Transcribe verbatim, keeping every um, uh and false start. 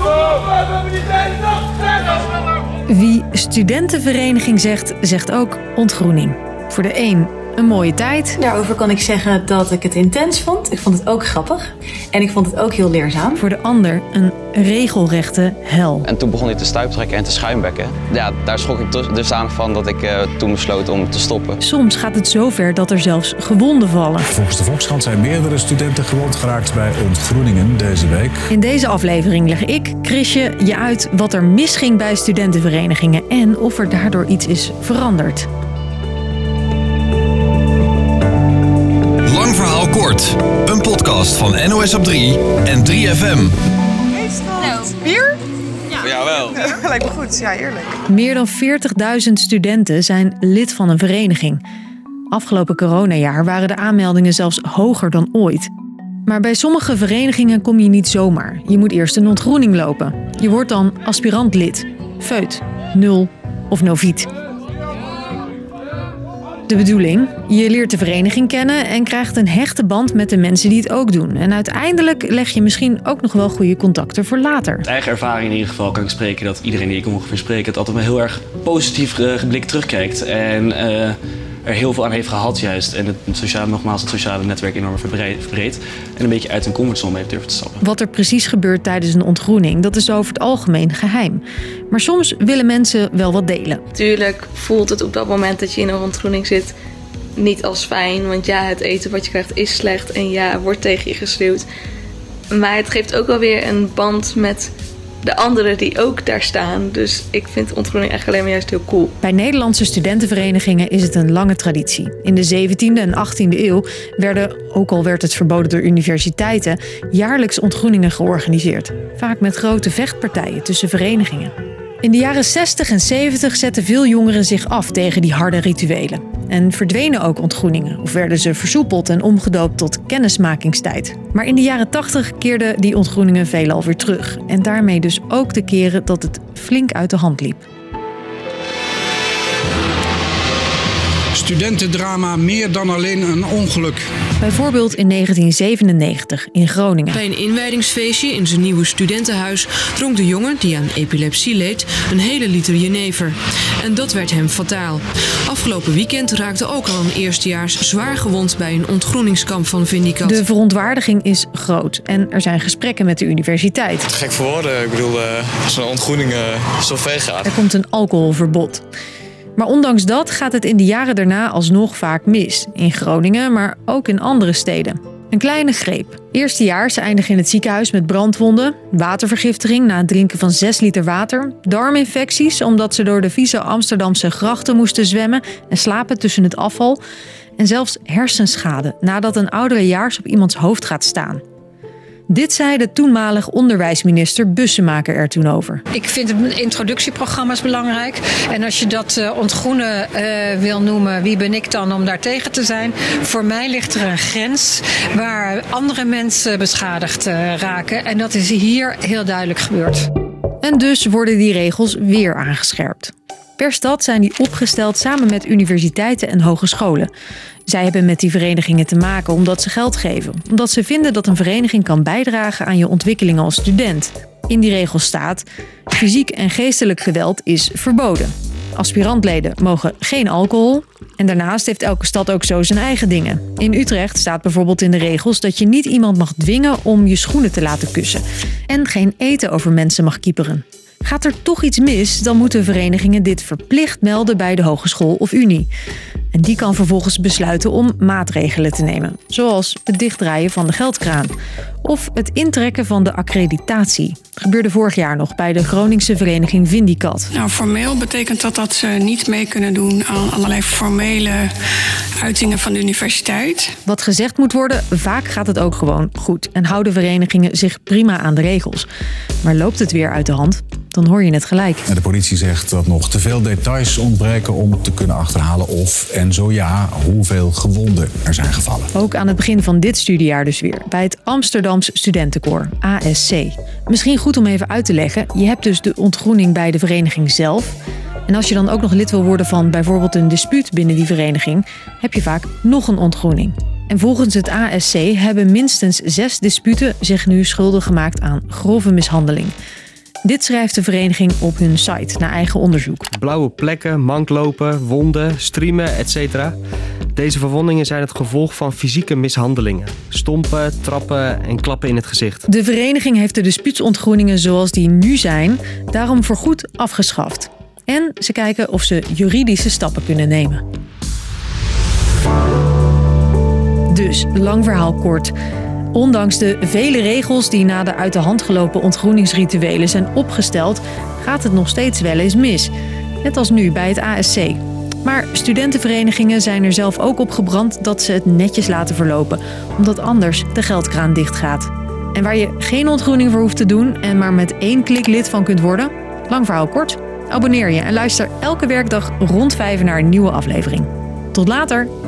Wie studentenvereniging zegt, zegt ook ontgroening. Voor de een een mooie tijd. Daarover kan ik zeggen dat ik het intens vond. Ik vond het ook grappig. En ik vond het ook heel leerzaam. Voor de ander een regelrechte hel. En toen begon hij te stuiptrekken en te schuimbekken. Ja, daar schrok ik dus aan van dat ik uh, toen besloot om te stoppen. Soms gaat het zo ver dat er zelfs gewonden vallen. Volgens de Volkskrant zijn meerdere studenten gewond geraakt bij ontgroeningen deze week. In deze aflevering leg ik, Chrisje, je uit wat er misging bij studentenverenigingen en of er daardoor iets is veranderd. Lang verhaal kort. Een podcast van N O S op drie en drie F M. Nou, bier? Ja, jawel. Ja, lijkt me goed. Ja, eerlijk. Meer dan veertigduizend studenten zijn lid van een vereniging. Afgelopen coronajaar waren de aanmeldingen zelfs hoger dan ooit. Maar bij sommige verenigingen kom je niet zomaar. Je moet eerst een ontgroening lopen. Je wordt dan aspirant lid, feut, nul of noviet. De bedoeling? Je leert de vereniging kennen en krijgt een hechte band met de mensen die het ook doen. En uiteindelijk leg je misschien ook nog wel goede contacten voor later. Uit eigen ervaring in ieder geval kan ik spreken dat iedereen die ik ongeveer spreek het altijd met heel erg positief uh, geblik terugkijkt. En uh, er heel veel aan heeft gehad juist. En het sociale, nogmaals het sociale netwerk enorm verbreed. En een beetje uit een comfortzone heeft durven te stappen. Wat er precies gebeurt tijdens een ontgroening, dat is over het algemeen geheim. Maar soms willen mensen wel wat delen. Tuurlijk voelt het op dat moment dat je in een ontgroening zit niet als fijn. Want ja, het eten wat je krijgt is slecht. En ja, er wordt tegen je geschreeuwd. Maar het geeft ook wel weer een band met de anderen die ook daar staan. Dus ik vind ontgroening eigenlijk alleen maar juist heel cool. Bij Nederlandse studentenverenigingen is het een lange traditie. In de zeventiende en achttiende eeuw werden, ook al werd het verboden door universiteiten, jaarlijks ontgroeningen georganiseerd. Vaak met grote vechtpartijen tussen verenigingen. In de jaren zestig en zeventig zetten veel jongeren zich af tegen die harde rituelen. En verdwenen ook ontgroeningen of werden ze versoepeld en omgedoopt tot kennismakingstijd. Maar in de jaren tachtig keerden die ontgroeningen veelal weer terug. En daarmee dus ook de keren dat het flink uit de hand liep. Studentendrama meer dan alleen een ongeluk. Bijvoorbeeld in negentien zevenennegentig in Groningen. Bij een inwijdingsfeestje in zijn nieuwe studentenhuis dronk de jongen, die aan epilepsie leed, een hele liter jenever. En dat werd hem fataal. Afgelopen weekend raakte ook al een eerstejaars zwaar gewond bij een ontgroeningskamp van Vindicat. De verontwaardiging is groot en er zijn gesprekken met de universiteit. Gek voor woorden. Ik bedoel, als een ontgroening uh, zo ver gaat. Er komt een alcoholverbod. Maar ondanks dat gaat het in de jaren daarna alsnog vaak mis. In Groningen, maar ook in andere steden. Een kleine greep. Eerstejaars eindigen in het ziekenhuis met brandwonden, watervergiftiging na het drinken van zes liter water, darminfecties omdat ze door de vieze Amsterdamse grachten moesten zwemmen en slapen tussen het afval en zelfs hersenschade nadat een ouderejaars op iemands hoofd gaat staan. Dit zei de toenmalig onderwijsminister Bussemaker er toen over. Ik vind het introductieprogramma's belangrijk. En als je dat uh, ontgroenen uh, wil noemen, wie ben ik dan om daar tegen te zijn? Voor mij ligt er een grens waar andere mensen beschadigd uh, raken. En dat is hier heel duidelijk gebeurd. En dus worden die regels weer aangescherpt. Per stad zijn die opgesteld samen met universiteiten en hogescholen. Zij hebben met die verenigingen te maken omdat ze geld geven. Omdat ze vinden dat een vereniging kan bijdragen aan je ontwikkeling als student. In die regels staat: fysiek en geestelijk geweld is verboden. Aspirantleden mogen geen alcohol. En daarnaast heeft elke stad ook zo zijn eigen dingen. In Utrecht staat bijvoorbeeld in de regels dat je niet iemand mag dwingen om je schoenen te laten kussen. En geen eten over mensen mag kieperen. Gaat er toch iets mis, dan moeten verenigingen dit verplicht melden bij de hogeschool of unie. En die kan vervolgens besluiten om maatregelen te nemen. Zoals het dichtdraaien van de geldkraan. Of het intrekken van de accreditatie. Dat gebeurde vorig jaar nog bij de Groningse vereniging Vindicat. Nou, formeel betekent dat dat ze niet mee kunnen doen aan allerlei formele uitingen van de universiteit. Wat gezegd moet worden, vaak gaat het ook gewoon goed. En houden verenigingen zich prima aan de regels. Maar loopt het weer uit de hand, dan hoor je het gelijk. De politie zegt dat nog te veel details ontbreken om te kunnen achterhalen of, en zo ja, hoeveel gewonden er zijn gevallen. Ook aan het begin van dit studiejaar dus weer, bij het Amsterdams Studentenkoor, A S C. Misschien goed om even uit te leggen, je hebt dus de ontgroening bij de vereniging zelf. En als je dan ook nog lid wil worden van bijvoorbeeld een dispuut binnen die vereniging, heb je vaak nog een ontgroening. En volgens het A S C hebben minstens zes disputen zich nu schuldig gemaakt aan grove mishandeling. Dit schrijft de vereniging op hun site, naar eigen onderzoek. Blauwe plekken, manklopen, wonden, striemen, et cetera. Deze verwondingen zijn het gevolg van fysieke mishandelingen. Stompen, trappen en klappen in het gezicht. De vereniging heeft de dispuutsontgroeningen zoals die nu zijn daarom voorgoed afgeschaft. En ze kijken of ze juridische stappen kunnen nemen. Dus, lang verhaal kort. Ondanks de vele regels die na de uit de hand gelopen ontgroeningsrituelen zijn opgesteld, gaat het nog steeds wel eens mis. Net als nu bij het A S C. Maar studentenverenigingen zijn er zelf ook op gebrand dat ze het netjes laten verlopen, omdat anders de geldkraan dichtgaat. En waar je geen ontgroening voor hoeft te doen en maar met één klik lid van kunt worden, lang verhaal kort, abonneer je en luister elke werkdag rond vijf naar een nieuwe aflevering. Tot later!